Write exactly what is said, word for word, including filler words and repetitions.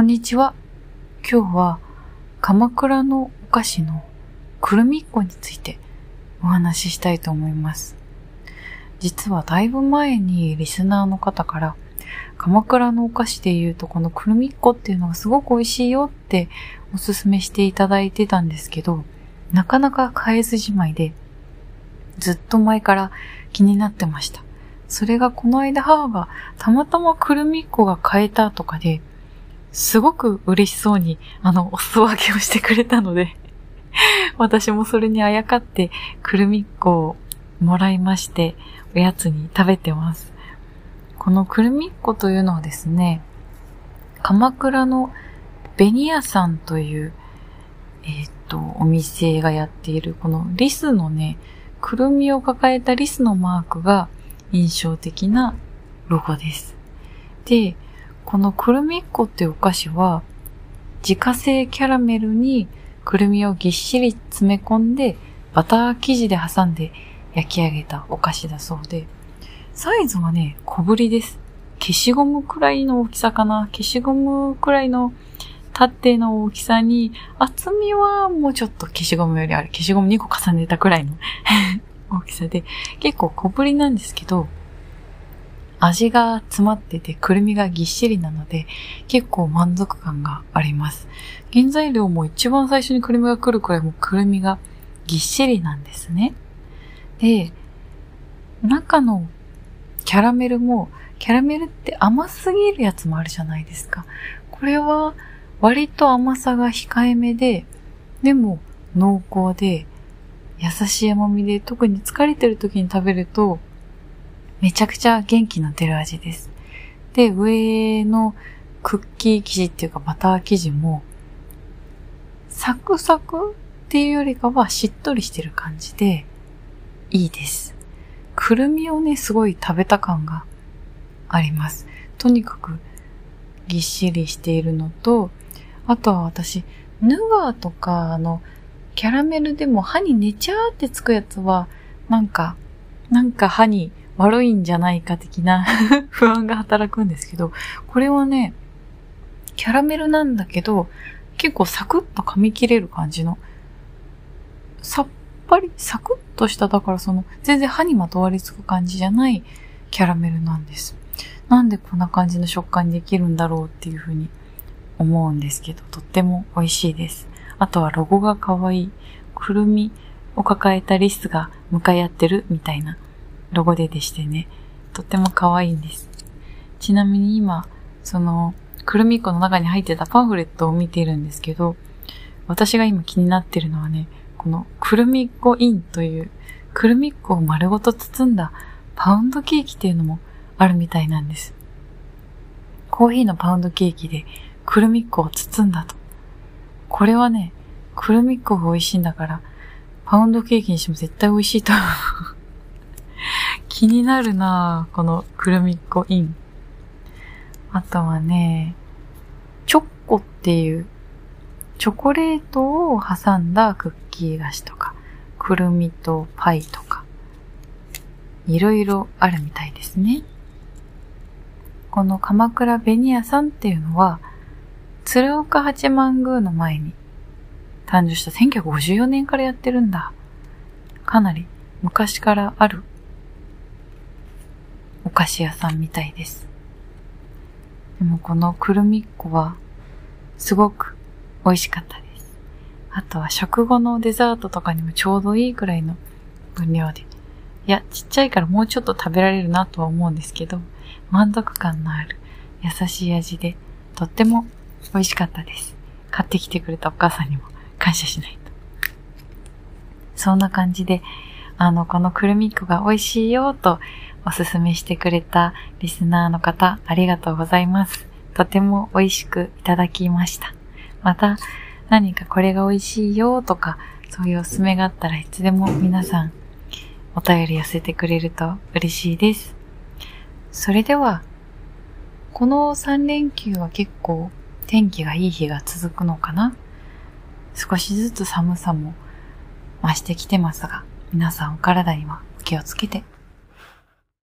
こんにちは。今日は鎌倉のお菓子のくるみっこについてお話ししたいと思います。実はだいぶ前にリスナーの方から鎌倉のお菓子で言うとこのくるみっこっていうのがすごく美味しいよっておすすめしていただいてたんですけど、なかなか買えずじまいでずっと前から気になってました。それがこの間母がたまたまくるみっこが買えたとかですごく嬉しそうにあのお裾分けをしてくれたので私もそれにあやかってくるみっこをもらいましておやつに食べてます。このくるみっこというのはですね、鎌倉の紅屋さんというえー、っとお店がやっているこのリスのね、くるみを抱えたリスのマークが印象的なロゴです。で、このくるみっこっていうお菓子は自家製キャラメルにくるみをぎっしり詰め込んでバター生地で挟んで焼き上げたお菓子だそうで、サイズはね、小ぶりです。消しゴムくらいの大きさかな。消しゴムくらいの縦の大きさに、厚みはもうちょっと消しゴムよりある。消しゴムにこ重ねたくらいの大きさで、結構小ぶりなんですけど、味が詰まっててくるみがぎっしりなので結構満足感があります。原材料も一番最初にくるみが来るくらいもうくるみがぎっしりなんですね。で、中のキャラメルも、キャラメルって甘すぎるやつもあるじゃないですか。これは割と甘さが控えめで、でも濃厚で優しい甘みで、特に疲れてる時に食べるとめちゃくちゃ元気の出る味です。で、上のクッキー生地っていうかバター生地もサクサクっていうよりかはしっとりしてる感じでいいです。くるみをね、すごい食べた感があります。とにかくぎっしりしているのと、あとは私、ヌガーとかあのキャラメルでも歯にネチャーってつくやつはなんか、なんか歯に悪いんじゃないか的な不安が働くんですけど、これはね、キャラメルなんだけど結構サクッと噛み切れる感じの、さっぱりサクッとした、だからその全然歯にまとわりつく感じじゃないキャラメルなんです。なんでこんな感じの食感にできるんだろうっていうふうに思うんですけど、とっても美味しいです。あとはロゴが可愛い、くるみを抱えたリスが向かい合ってるみたいなロゴででしてね、とっても可愛いんです。ちなみに今、その、くるみっこの中に入ってたパンフレットを見ているんですけど、私が今気になってるのはね、このくるみっこインという、くるみっこを丸ごと包んだパウンドケーキっていうのもあるみたいなんです。コーヒーのパウンドケーキでくるみっこを包んだと。これはね、くるみっこが美味しいんだから、パウンドケーキにしても絶対美味しいと思う。気になるなぁ、このくるみっこイン。あとはね、チョッコっていうチョコレートを挟んだクッキー菓子とか、くるみとパイとか、いろいろあるみたいですね。この鎌倉紅屋さんっていうのは、鶴岡八幡宮の前に誕生したせんきゅうひゃくごじゅうよねんからやってるんだ。かなり昔からあるお菓子屋さんみたいです。でもこのくるみっこはすごく美味しかったです。あとは食後のデザートとかにもちょうどいいくらいの分量で。いや、ちっちゃいからもうちょっと食べられるなとは思うんですけど、満足感のある優しい味でとっても美味しかったです。買ってきてくれたお母さんにも感謝しないと。そんな感じで、あの、このくるみっこが美味しいよとおすすめしてくれたリスナーの方、ありがとうございます。とても美味しくいただきました。また何かこれが美味しいよとか、そういうおすすめがあったらいつでも皆さんお便り寄せてくれると嬉しいです。それでは、このさん連休は結構天気がいい日が続くのかな？少しずつ寒さも増してきてますが、皆さんお体にはお気をつけて